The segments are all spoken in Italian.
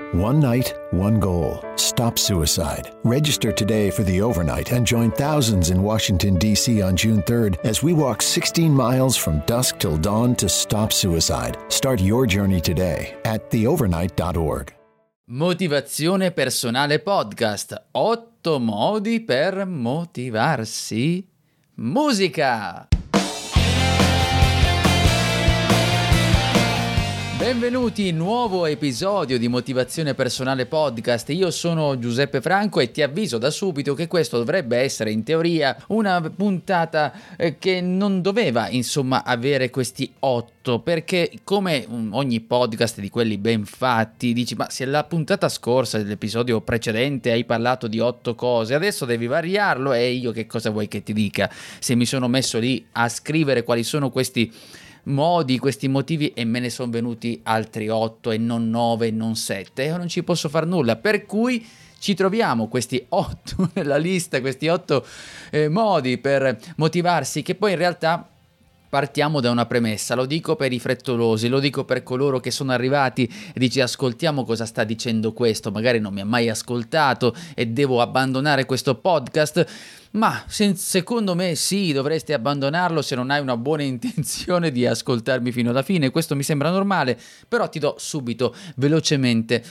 One night, one goal. Stop suicide. Register today for the overnight and join thousands in Washington, D.C. on June 3rd as we walk 16 miles from dusk till dawn to stop suicide. Start your journey today at theovernight.org. Motivazione personale podcast. 8 modi per motivarsi. Musica! Benvenuti in nuovo episodio di Motivazione Personale Podcast. Io sono Giuseppe Franco e ti avviso da subito che questo dovrebbe essere in teoria una puntata che non doveva avere questi 8, perché come ogni podcast di quelli ben fatti dici ma se la puntata scorsa dell'episodio precedente hai parlato di 8 cose, adesso devi variarlo e io che cosa vuoi che ti dica? Se mi sono messo lì a scrivere quali sono questi modi, questi motivi e me ne sono venuti altri 8 e non 9 e non 7, io non ci posso far nulla, per cui ci troviamo questi 8 nella lista, questi 8 modi per motivarsi, che poi in realtà partiamo da una premessa, lo dico per i frettolosi, lo dico per coloro che sono arrivati e dici ascoltiamo cosa sta dicendo questo, magari non mi ha mai ascoltato e devo abbandonare questo podcast. Ma secondo me sì, dovresti abbandonarlo se non hai una buona intenzione di ascoltarmi fino alla fine, questo mi sembra normale, però ti do subito velocemente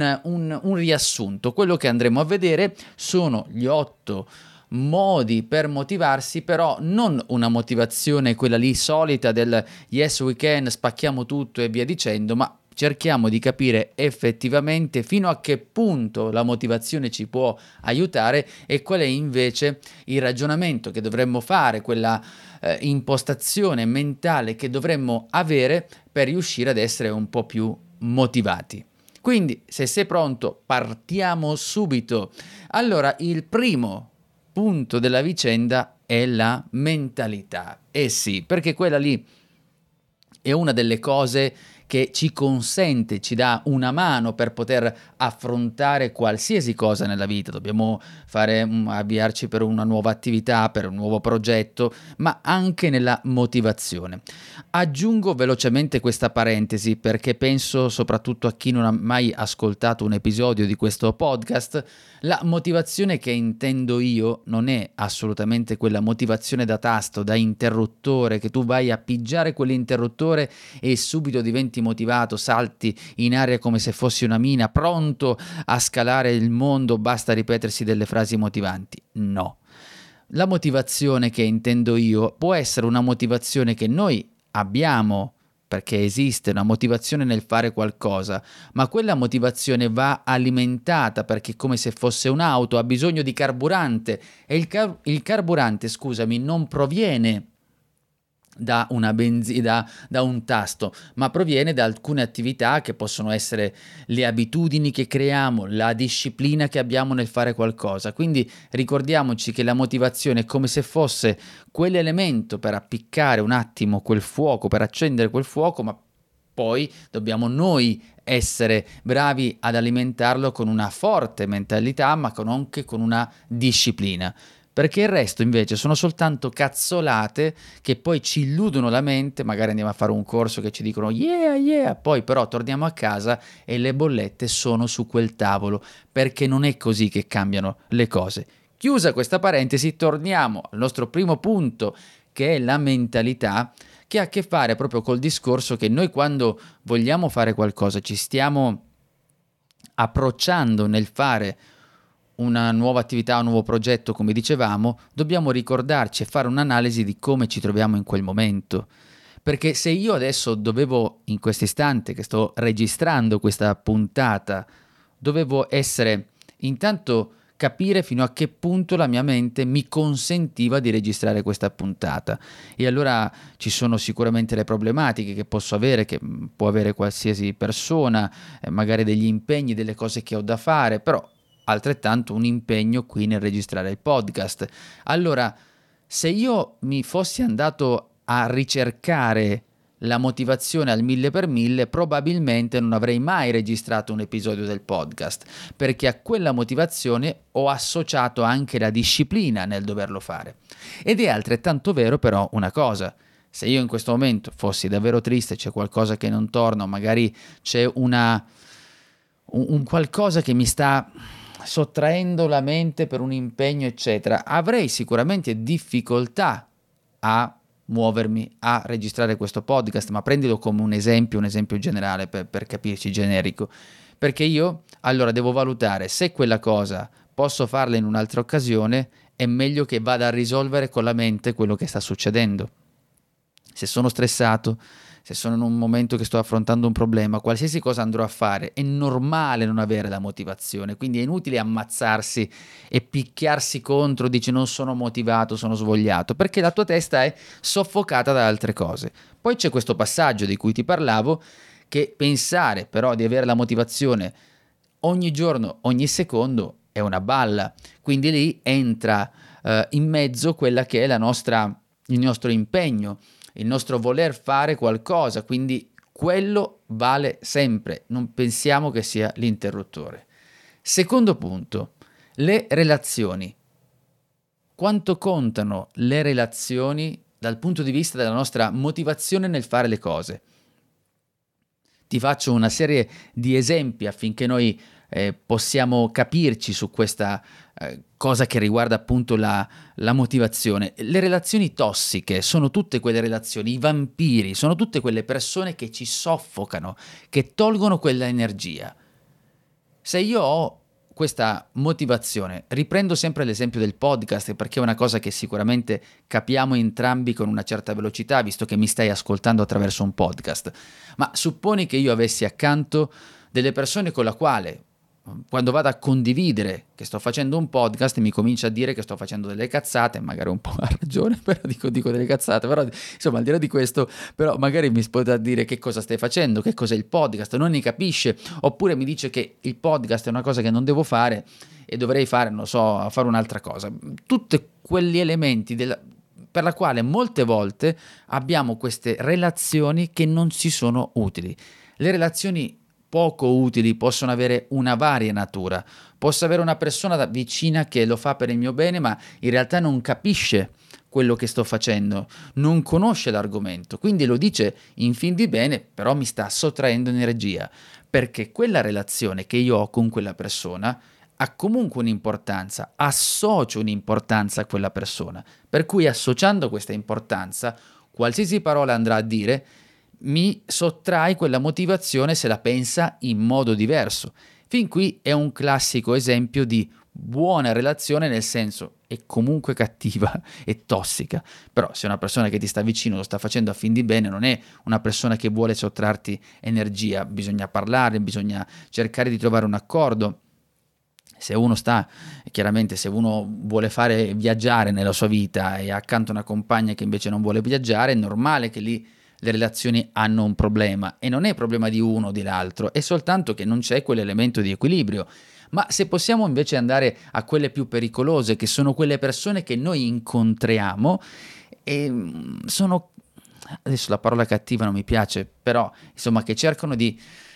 un riassunto. Quello che andremo a vedere sono gli 8 modi per motivarsi, però non una motivazione quella lì solita del yes we can, spacchiamo tutto e via dicendo, ma cerchiamo di capire effettivamente fino a che punto la motivazione ci può aiutare e qual è invece il ragionamento che dovremmo fare, quella impostazione mentale che dovremmo avere per riuscire ad essere un po' più motivati. Quindi, se sei pronto, partiamo subito. Allora, il primo punto della vicenda è la mentalità. Sì, perché quella lì è una delle cose che ci consente, ci dà una mano per poter affrontare qualsiasi cosa nella vita. Dobbiamo avviarci per una nuova attività, per un nuovo progetto, ma anche nella motivazione. Aggiungo velocemente questa parentesi perché penso soprattutto a chi non ha mai ascoltato un episodio di questo podcast. La motivazione che intendo io non è assolutamente quella motivazione da tasto, da interruttore, che tu vai a pigiare quell'interruttore e subito diventi motivato, salti in aria come se fossi una mina, pronto a scalare il mondo, basta ripetersi delle frasi motivanti. No. La motivazione che intendo io può essere una motivazione che noi abbiamo, perché esiste una motivazione nel fare qualcosa, ma quella motivazione va alimentata perché come se fosse un'auto, ha bisogno di carburante e il carburante, non proviene da una benzina, da un tasto, ma proviene da alcune attività che possono essere le abitudini che creiamo, la disciplina che abbiamo nel fare qualcosa. Quindi ricordiamoci che la motivazione è come se fosse quell'elemento per appiccare un attimo quel fuoco, per accendere quel fuoco, ma poi dobbiamo noi essere bravi ad alimentarlo con una forte mentalità, ma anche con una disciplina. Perché il resto invece sono soltanto cazzolate che poi ci illudono la mente, magari andiamo a fare un corso che ci dicono yeah, poi però torniamo a casa e le bollette sono su quel tavolo, perché non è così che cambiano le cose. Chiusa questa parentesi, torniamo al nostro primo punto, che è la mentalità, che ha a che fare proprio col discorso che noi quando vogliamo fare qualcosa, ci stiamo approcciando nel fare una nuova attività, un nuovo progetto, come dicevamo, dobbiamo ricordarci e fare un'analisi di come ci troviamo in quel momento. Perché se io adesso in questo istante che sto registrando questa puntata, dovevo intanto capire fino a che punto la mia mente mi consentiva di registrare questa puntata. E allora ci sono sicuramente le problematiche che posso avere, che può avere qualsiasi persona, magari degli impegni, delle cose che ho da fare, però altrettanto un impegno qui nel registrare il podcast. Allora, se io mi fossi andato a ricercare la motivazione al 1000%, probabilmente non avrei mai registrato un episodio del podcast, perché a quella motivazione ho associato anche la disciplina nel doverlo fare. Ed è altrettanto vero però una cosa: se io in questo momento fossi davvero triste, c'è qualcosa che non torna, o magari c'è un qualcosa che mi sta sottraendo la mente per un impegno, eccetera, avrei sicuramente difficoltà a muovermi, a registrare questo podcast, ma prendilo come un esempio generale per capirci, generico, perché io allora devo valutare se quella cosa posso farla in un'altra occasione, è meglio che vada a risolvere con la mente quello che sta succedendo. Se sono stressato, se sono in un momento che sto affrontando un problema, qualsiasi cosa andrò a fare, è normale non avere la motivazione, quindi è inutile ammazzarsi e picchiarsi contro, dici non sono motivato, sono svogliato, perché la tua testa è soffocata da altre cose. Poi c'è questo passaggio di cui ti parlavo, che pensare però di avere la motivazione ogni giorno, ogni secondo, è una balla, quindi lì entra in mezzo quella che è il nostro impegno, il nostro voler fare qualcosa, quindi quello vale sempre, non pensiamo che sia l'interruttore. Secondo punto, le relazioni. Quanto contano le relazioni dal punto di vista della nostra motivazione nel fare le cose? Ti faccio una serie di esempi affinché noi possiamo capirci su questa cosa che riguarda appunto la motivazione. Le relazioni tossiche sono tutte quelle relazioni, i vampiri, sono tutte quelle persone che ci soffocano, che tolgono quella energia. Se io ho questa motivazione, riprendo sempre l'esempio del podcast perché è una cosa che sicuramente capiamo entrambi con una certa velocità, visto che mi stai ascoltando attraverso un podcast, ma supponi che io avessi accanto delle persone con la quale quando vado a condividere che sto facendo un podcast mi comincia a dire che sto facendo delle cazzate, magari un po' ha ragione, però dico delle cazzate, però insomma al di là di questo, però magari mi potrà dire che cosa stai facendo, che cos'è il podcast, non ne capisce, oppure mi dice che il podcast è una cosa che non devo fare e dovrei fare, non so, fare un'altra cosa. Tutti quegli elementi per la quale molte volte abbiamo queste relazioni che non ci sono utili. Le relazioni poco utili possono avere una varia natura. Posso avere una persona vicina che lo fa per il mio bene, ma in realtà non capisce quello che sto facendo, non conosce l'argomento, quindi lo dice in fin di bene, però mi sta sottraendo energia, perché quella relazione che io ho con quella persona ha comunque un'importanza, associo un'importanza a quella persona, per cui associando questa importanza, qualsiasi parola andrà a dire, mi sottrai quella motivazione se la pensa in modo diverso. Fin qui è un classico esempio di buona relazione, nel senso è comunque cattiva e tossica, però se una persona che ti sta vicino lo sta facendo a fin di bene, non è una persona che vuole sottrarti energia, bisogna parlare, bisogna cercare di trovare un accordo. Se uno vuole fare viaggiare nella sua vita e ha accanto una compagna che invece non vuole viaggiare, è normale che lì le relazioni hanno un problema, e non è problema di uno o dell'altro, è soltanto che non c'è quell'elemento di equilibrio. Ma se possiamo invece andare a quelle più pericolose, che sono quelle persone che noi incontriamo e sono, adesso la parola cattiva non mi piace, però insomma che cercano di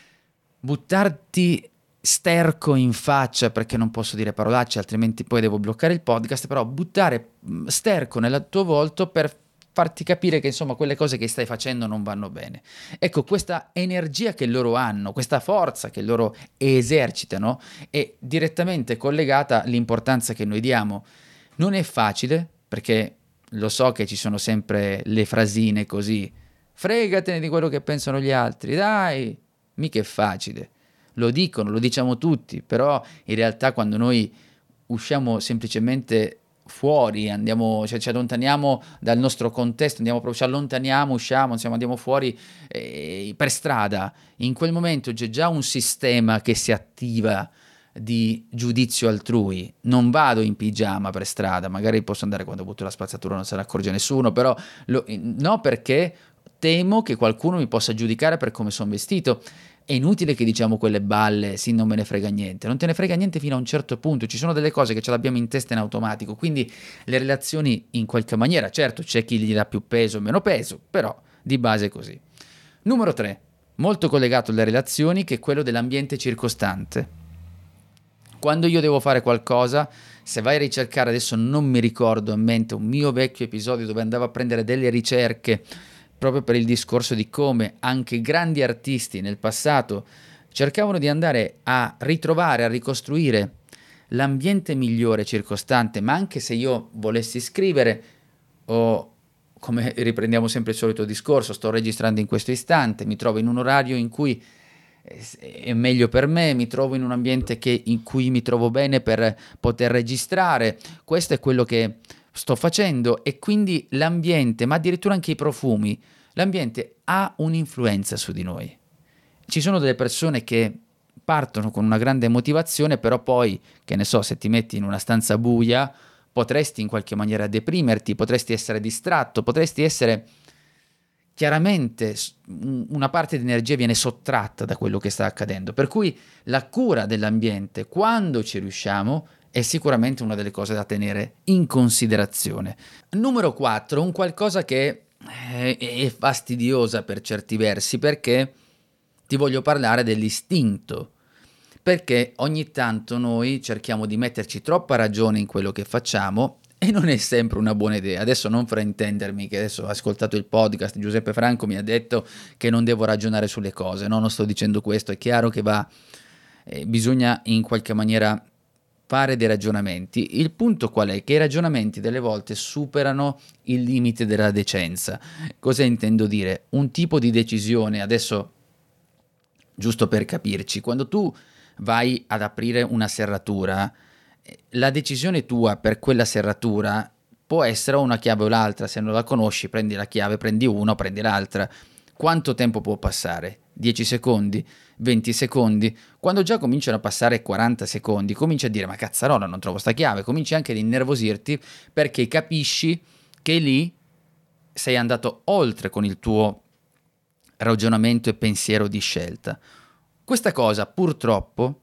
buttarti sterco in faccia, perché non posso dire parolacce altrimenti poi devo bloccare il podcast, però buttare sterco nel tuo volto per farti capire che insomma quelle cose che stai facendo non vanno bene. Ecco, questa energia che loro hanno, questa forza che loro esercitano è direttamente collegata all'importanza che noi diamo. Non è facile, perché lo so che ci sono sempre le frasine così, fregatene di quello che pensano gli altri, dai, mica è facile. Lo dicono, lo diciamo tutti, però in realtà quando noi usciamo semplicemente fuori, ci allontaniamo dal nostro contesto, ci allontaniamo, usciamo, insomma, andiamo fuori per strada, in quel momento c'è già un sistema che si attiva di giudizio altrui. Non vado in pigiama per strada, magari posso andare quando butto la spazzatura, non se ne accorge nessuno, però no, perché temo che qualcuno mi possa giudicare per come sono vestito. È inutile che diciamo quelle balle, sì, non me ne frega niente, non te ne frega niente fino a un certo punto, ci sono delle cose che ce l'abbiamo in testa in automatico, quindi le relazioni in qualche maniera, certo c'è chi gli dà più peso o meno peso, però di base è così. Numero 3, molto collegato alle relazioni, che è quello dell'ambiente circostante. Quando io devo fare qualcosa, se vai a ricercare, adesso non mi ricordo in mente un mio vecchio episodio dove andavo a prendere delle ricerche proprio per il discorso di come anche grandi artisti nel passato cercavano di andare a ritrovare, a ricostruire l'ambiente migliore circostante, ma anche se io volessi scrivere, o come riprendiamo sempre il solito discorso, sto registrando in questo istante, mi trovo in un orario in cui è meglio per me, mi trovo in un ambiente in cui mi trovo bene per poter registrare, questo è quello che sto facendo, e quindi l'ambiente, ma addirittura anche i profumi, l'ambiente ha un'influenza su di noi. Ci sono delle persone che partono con una grande motivazione, però poi, che ne so, se ti metti in una stanza buia, potresti in qualche maniera deprimerti, potresti essere distratto, potresti essere... Chiaramente una parte di energia viene sottratta da quello che sta accadendo, per cui la cura dell'ambiente, quando ci riusciamo, è sicuramente una delle cose da tenere in considerazione. Numero 4, un qualcosa che è fastidiosa per certi versi, perché ti voglio parlare dell'istinto, perché ogni tanto noi cerchiamo di metterci troppa ragione in quello che facciamo e non è sempre una buona idea. Adesso non fraintendermi che adesso ho ascoltato il podcast, Giuseppe Franco mi ha detto che non devo ragionare sulle cose, no, non sto dicendo questo, è chiaro che bisogna in qualche maniera fare dei ragionamenti. Il punto qual è? Che i ragionamenti delle volte superano il limite della decenza. Cosa intendo dire? Un tipo di decisione, adesso giusto per capirci, quando tu vai ad aprire una serratura, la decisione tua per quella serratura può essere una chiave o l'altra. Se non la conosci, prendi la chiave, prendi una o prendi l'altra. Quanto tempo può passare? 10 secondi? 20 secondi? Quando già cominciano a passare 40 secondi, cominci a dire ma cazzarola, non trovo sta chiave, cominci anche ad innervosirti perché capisci che lì sei andato oltre con il tuo ragionamento e pensiero di scelta. Questa cosa purtroppo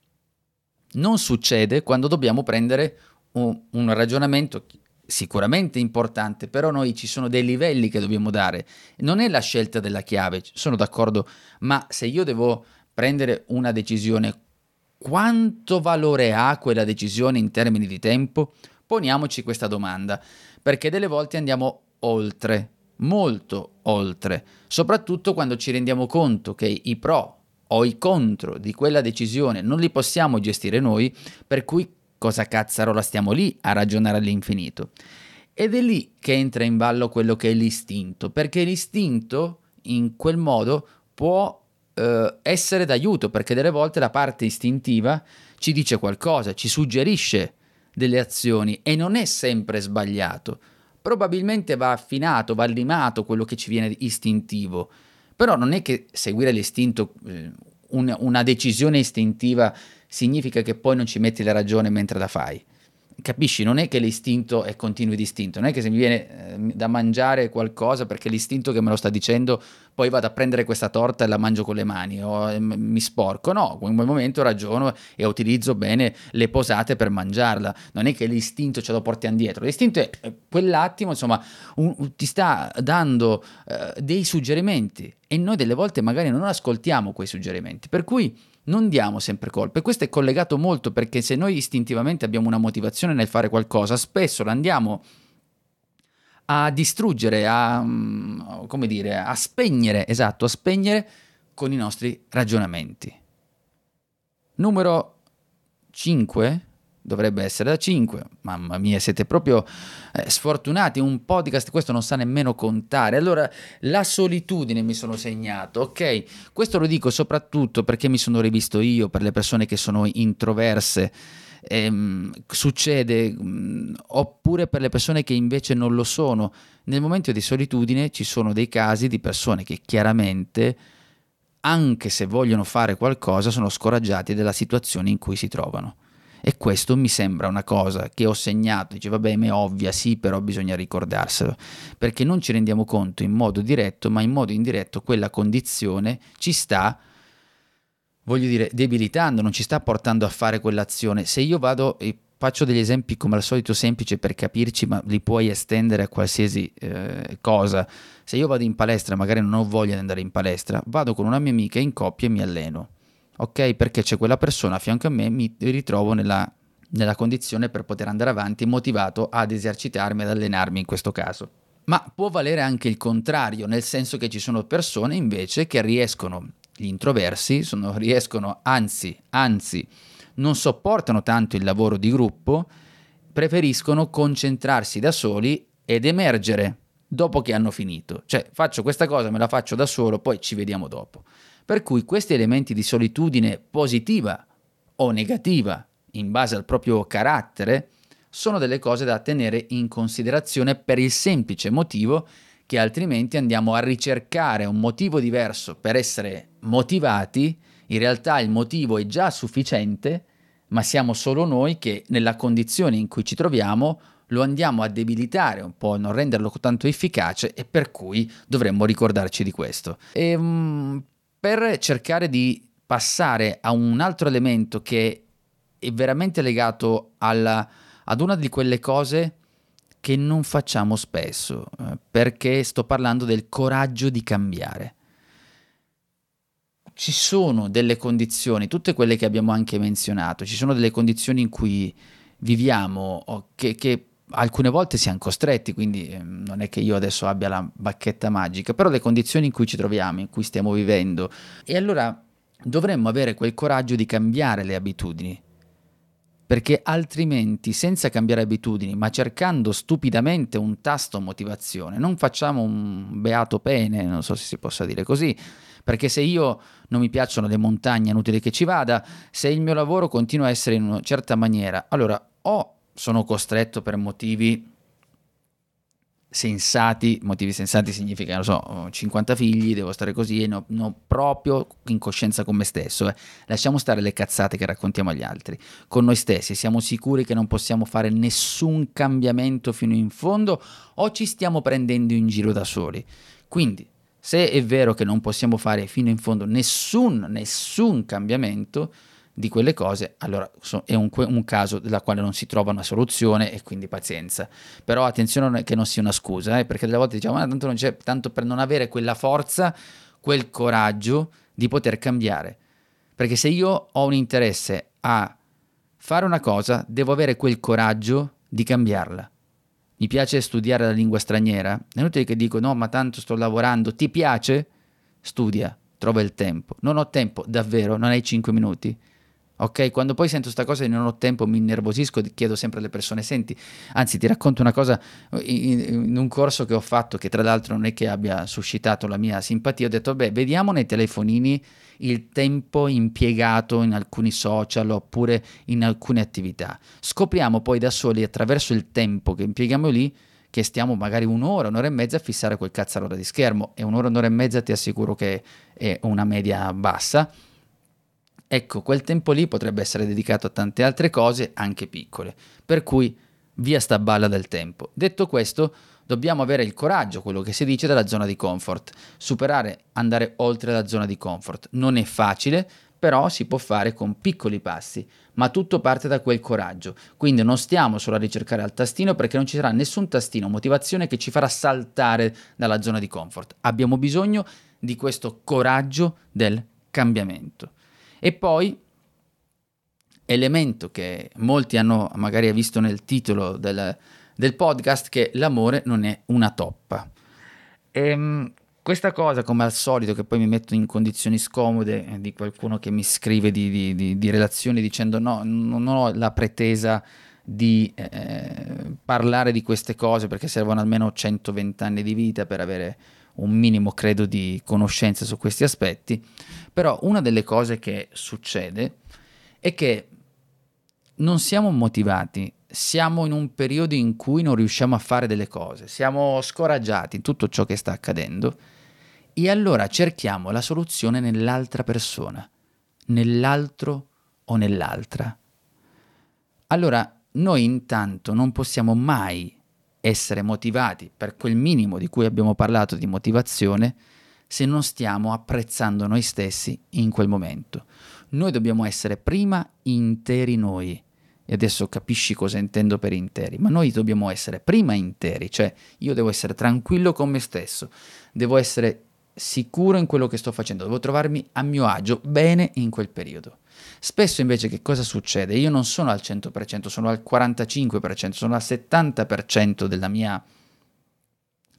non succede quando dobbiamo prendere un ragionamento sicuramente importante, però noi ci sono dei livelli che dobbiamo dare. Non è la scelta della chiave, sono d'accordo, ma se io devo prendere una decisione, quanto valore ha quella decisione in termini di tempo? Poniamoci questa domanda, perché delle volte andiamo oltre, molto oltre, soprattutto quando ci rendiamo conto che i pro o i contro di quella decisione non li possiamo gestire noi, per cui cosa cazzarola stiamo lì a ragionare all'infinito? Ed è lì che entra in ballo quello che è l'istinto, perché l'istinto in quel modo può essere d'aiuto, perché delle volte la parte istintiva ci dice qualcosa, ci suggerisce delle azioni e non è sempre sbagliato. Probabilmente va affinato, va limato quello che ci viene istintivo, però non è che seguire l'istinto, una decisione istintiva, significa che poi non ci metti la ragione mentre la fai. Capisci? Non è che l'istinto è continuo distinto, non è che se mi viene da mangiare qualcosa perché l'istinto che me lo sta dicendo, poi vado a prendere questa torta e la mangio con le mani o mi sporco. No, in quel momento ragiono e utilizzo bene le posate per mangiarla. Non è che l'istinto ce lo porti indietro. L'istinto è quell'attimo, insomma, ti sta dando dei suggerimenti e noi delle volte magari non ascoltiamo quei suggerimenti, per cui non diamo sempre colpe. Questo è collegato molto, perché se noi istintivamente abbiamo una motivazione nel fare qualcosa, spesso la andiamo a distruggere, a spegnere, esatto, a spegnere con i nostri ragionamenti. Numero 5, dovrebbe essere da 5, mamma mia, siete proprio sfortunati, un podcast questo non sa nemmeno contare. Allora, la solitudine mi sono segnato, ok? Questo lo dico soprattutto perché mi sono rivisto io, per le persone che sono introverse, succede, oppure per le persone che invece non lo sono. Nel momento di solitudine ci sono dei casi di persone che chiaramente, anche se vogliono fare qualcosa, sono scoraggiati dalla situazione in cui si trovano. E questo mi sembra una cosa che ho segnato, dice vabbè, ma è ovvia, sì, però bisogna ricordarselo, perché non ci rendiamo conto in modo diretto, ma in modo indiretto quella condizione ci sta, voglio dire, debilitando, non ci sta portando a fare quell'azione. Se io vado, e faccio degli esempi come al solito semplici per capirci, ma li puoi estendere a qualsiasi cosa. Se io vado in palestra, magari non ho voglia di andare in palestra, vado con una mia amica in coppia e mi alleno. Ok, perché c'è quella persona a fianco a me, mi ritrovo nella condizione per poter andare avanti, motivato ad esercitarmi, ad allenarmi in questo caso. Ma può valere anche il contrario, nel senso che ci sono persone invece che riescono Gli introversi riescono, anzi, non sopportano tanto il lavoro di gruppo, preferiscono concentrarsi da soli ed emergere dopo che hanno finito. Cioè, faccio questa cosa, me la faccio da solo, poi ci vediamo dopo. Per cui questi elementi di solitudine positiva o negativa, in base al proprio carattere, sono delle cose da tenere in considerazione per il semplice motivo che altrimenti andiamo a ricercare un motivo diverso per essere motivati. In realtà il motivo è già sufficiente, ma siamo solo noi che nella condizione in cui ci troviamo lo andiamo a debilitare un po', non renderlo tanto efficace, e per cui dovremmo ricordarci di questo. Per cercare di passare a un altro elemento che è veramente legato ad una di quelle cose che non facciamo spesso, perché sto parlando del coraggio di cambiare. Ci sono delle condizioni, tutte quelle che abbiamo anche menzionato, ci sono delle condizioni in cui viviamo che alcune volte siamo costretti, quindi non è che io adesso abbia la bacchetta magica, però le condizioni in cui ci troviamo, in cui stiamo vivendo, e allora dovremmo avere quel coraggio di cambiare le abitudini, perché altrimenti senza cambiare abitudini, ma cercando stupidamente un tasto motivazione, non facciamo un beato pene, non so se si possa dire così, perché se io non mi piacciono le montagne, è inutile che ci vada, se il mio lavoro continua a essere in una certa maniera, allora o sono costretto per motivi sensati significa, non so, ho 50 figli, devo stare così, e no, proprio in coscienza con me stesso. Lasciamo stare le cazzate che raccontiamo agli altri. Con noi stessi siamo sicuri che non possiamo fare nessun cambiamento fino in fondo, o ci stiamo prendendo in giro da soli? Quindi, se è vero che non possiamo fare fino in fondo nessun cambiamento di quelle cose, allora è un caso della quale non si trova una soluzione, e quindi pazienza. Però attenzione che non sia una scusa, perché delle volte diciamo tanto non c'è, tanto per non avere quella forza, quel coraggio di poter cambiare. Perché se io ho un interesse a fare una cosa, devo avere quel coraggio di cambiarla. Mi piace studiare la lingua straniera, è inutile che dico no, ma tanto sto lavorando. Ti piace? Studia, trova il tempo. Non ho tempo, davvero? Non hai 5 minuti? Ok, quando poi sento sta cosa di non ho tempo mi innervosisco, chiedo sempre alle persone, senti, anzi ti racconto una cosa, in un corso che ho fatto, che tra l'altro non è che abbia suscitato la mia simpatia, ho detto vediamo nei telefonini il tempo impiegato in alcuni social oppure in alcune attività, scopriamo poi da soli attraverso il tempo che impieghiamo lì che stiamo magari un'ora e mezza a fissare quel cazzarora di schermo, e un'ora e mezza ti assicuro che è una media bassa. Ecco, quel tempo lì potrebbe essere dedicato a tante altre cose, anche piccole, per cui via sta balla del tempo. Detto questo, dobbiamo avere il coraggio, quello che si dice, della zona di comfort, superare, andare oltre la zona di comfort. Non è facile, però si può fare con piccoli passi, ma tutto parte da quel coraggio. Quindi non stiamo solo a ricercare al tastino, perché non ci sarà nessun tastino motivazione che ci farà saltare dalla zona di comfort. Abbiamo bisogno di questo coraggio del cambiamento. E poi, elemento che molti hanno magari visto nel titolo del podcast, che l'amore non è una toppa. Questa cosa, come al solito, che poi mi metto in condizioni scomode di qualcuno che mi scrive di relazioni dicendo no, non ho la pretesa di parlare di queste cose perché servono almeno 120 anni di vita per avere un minimo, credo, di conoscenza su questi aspetti. Però una delle cose che succede è che non siamo motivati, siamo in un periodo in cui non riusciamo a fare delle cose, siamo scoraggiati in tutto ciò che sta accadendo, e allora cerchiamo la soluzione nell'altra persona, nell'altro o nell'altra. Allora noi intanto non possiamo mai essere motivati per quel minimo di cui abbiamo parlato di motivazione se non stiamo apprezzando noi stessi in quel momento. Noi dobbiamo essere prima interi noi, e adesso capisci cosa intendo per interi, ma noi dobbiamo essere prima interi, cioè io devo essere tranquillo con me stesso, devo essere sicuro in quello che sto facendo, devo trovarmi a mio agio, bene in quel periodo. Spesso invece che cosa succede? Io non sono al 100%, sono al 45%, sono al 70% della mia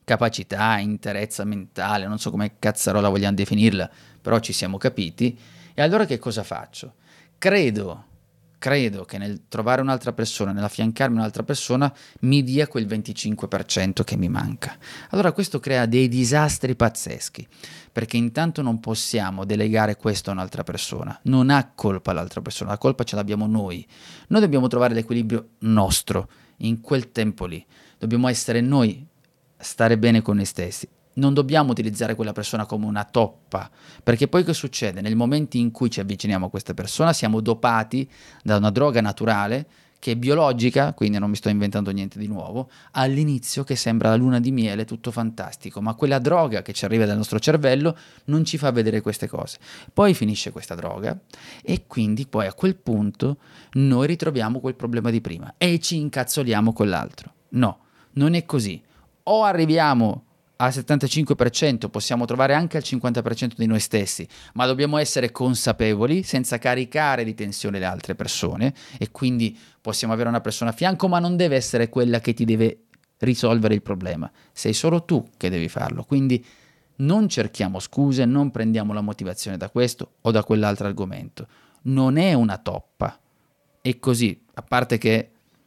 capacità, interezza mentale, non so come cazzarola vogliamo definirla, però ci siamo capiti. E allora che cosa faccio? Credo che nel trovare un'altra persona, nell'affiancarmi un'altra persona, mi dia quel 25% che mi manca. Allora questo crea dei disastri pazzeschi, perché intanto non possiamo delegare questo a un'altra persona, non ha colpa l'altra persona, la colpa ce l'abbiamo noi. Noi dobbiamo trovare l'equilibrio nostro, in quel tempo lì. Dobbiamo essere noi, stare bene con noi stessi. Non dobbiamo utilizzare quella persona come una toppa, perché poi che succede? Nel momento in cui ci avviciniamo a questa persona siamo dopati da una droga naturale che è biologica, quindi non mi sto inventando niente di nuovo, all'inizio che sembra la luna di miele, tutto fantastico, ma quella droga che ci arriva dal nostro cervello non ci fa vedere queste cose. Poi finisce questa droga e quindi poi a quel punto noi ritroviamo quel problema di prima e ci incazzoliamo con l'altro. No, non è così. O arriviamo al 75%, possiamo trovare anche al 50% di noi stessi, ma dobbiamo essere consapevoli senza caricare di tensione le altre persone, e quindi possiamo avere una persona a fianco, ma non deve essere quella che ti deve risolvere il problema, sei solo tu che devi farlo. Quindi non cerchiamo scuse, non prendiamo la motivazione da questo o da quell'altro argomento, non è una toppa, è così. A parte che,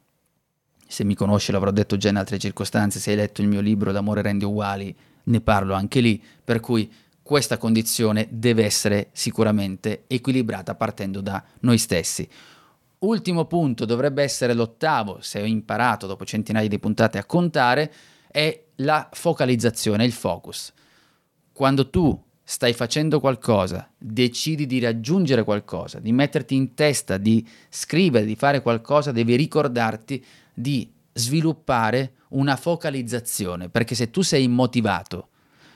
se mi conosci l'avrò detto già in altre circostanze, se hai letto il mio libro L'amore rende uguali, ne parlo anche lì, per cui questa condizione deve essere sicuramente equilibrata partendo da noi stessi. Ultimo punto, dovrebbe essere l'8º, se ho imparato dopo centinaia di puntate a contare, è la focalizzazione, il focus. Quando tu stai facendo qualcosa, decidi di raggiungere qualcosa, di metterti in testa, di scrivere, di fare qualcosa, devi ricordarti di sviluppare una focalizzazione, perché se tu sei motivato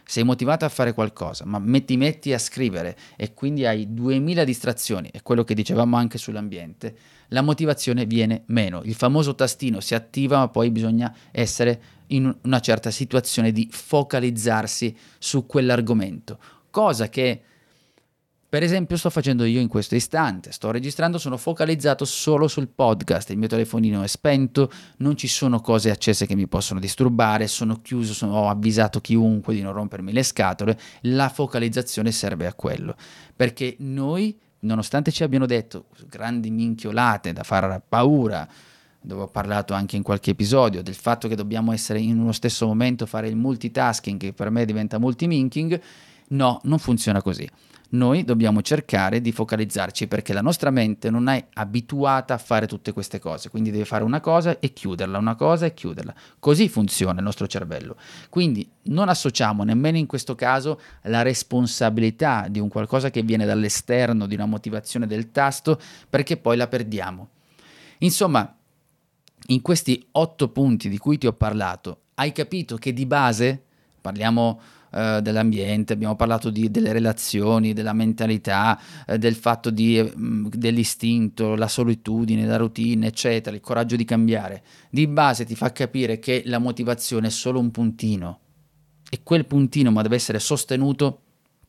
a fare qualcosa, ma ti metti a scrivere e quindi hai 2000 distrazioni, è quello che dicevamo anche sull'ambiente, la motivazione viene meno, il famoso tastino si attiva, ma poi bisogna essere in una certa situazione di focalizzarsi su quell'argomento, cosa che per esempio sto facendo io in questo istante. Sto registrando, sono focalizzato solo sul podcast, il mio telefonino è spento, non ci sono cose accese che mi possono disturbare, sono chiuso, ho avvisato chiunque di non rompermi le scatole. La focalizzazione serve a quello, perché noi, nonostante ci abbiano detto grandi minchiolate da far paura, dove ho parlato anche in qualche episodio del fatto che dobbiamo essere in uno stesso momento, fare il multitasking, che per me diventa multiminking, no, non funziona così. Noi dobbiamo cercare di focalizzarci, perché la nostra mente non è abituata a fare tutte queste cose, quindi deve fare una cosa e chiuderla, una cosa e chiuderla. Così funziona il nostro cervello. Quindi non associamo nemmeno in questo caso la responsabilità di un qualcosa che viene dall'esterno, di una motivazione del tasto, perché poi la perdiamo. Insomma, in questi 8 punti di cui ti ho parlato, hai capito che di base parliamo dell'ambiente, abbiamo parlato delle relazioni, della mentalità, del fatto dell'istinto, la solitudine, la routine, eccetera, il coraggio di cambiare. Di base ti fa capire che la motivazione è solo un puntino, e quel puntino ma deve essere sostenuto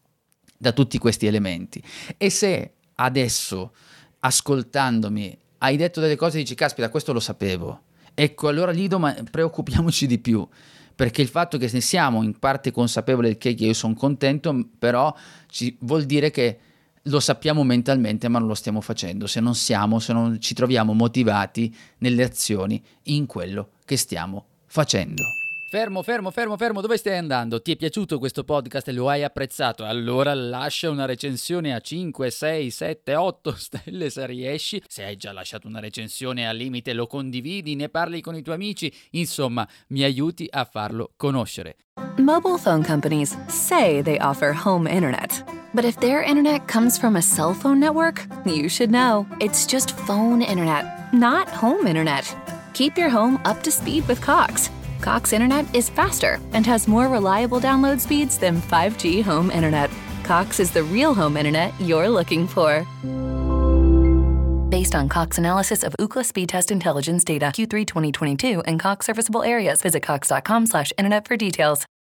da tutti questi elementi. E se adesso, ascoltandomi, hai detto delle cose e dici caspita, questo lo sapevo, ecco, allora lì preoccupiamoci di più, perché il fatto che ne siamo in parte consapevoli del che io sono contento, però vuol dire che lo sappiamo mentalmente ma non lo stiamo facendo, se non ci troviamo motivati nelle azioni in quello che stiamo facendo. Fermo, dove stai andando? Ti è piaciuto questo podcast e lo hai apprezzato? Allora lascia una recensione a 5, 6, 7, 8 stelle se riesci. Se hai già lasciato una recensione, al limite lo condividi, ne parli con i tuoi amici, insomma mi aiuti a farlo conoscere. Mobile phone companies say they offer home internet. But if their internet comes from a cell phone network, you should know. It's just phone internet, not home internet. Keep your home up to speed with Cox. Cox Internet is faster and has more reliable download speeds than 5G home internet. Cox is the real home internet you're looking for. Based on Cox analysis of Ookla speed test intelligence data Q3 2022 and Cox serviceable areas, visit cox.com/internet for details.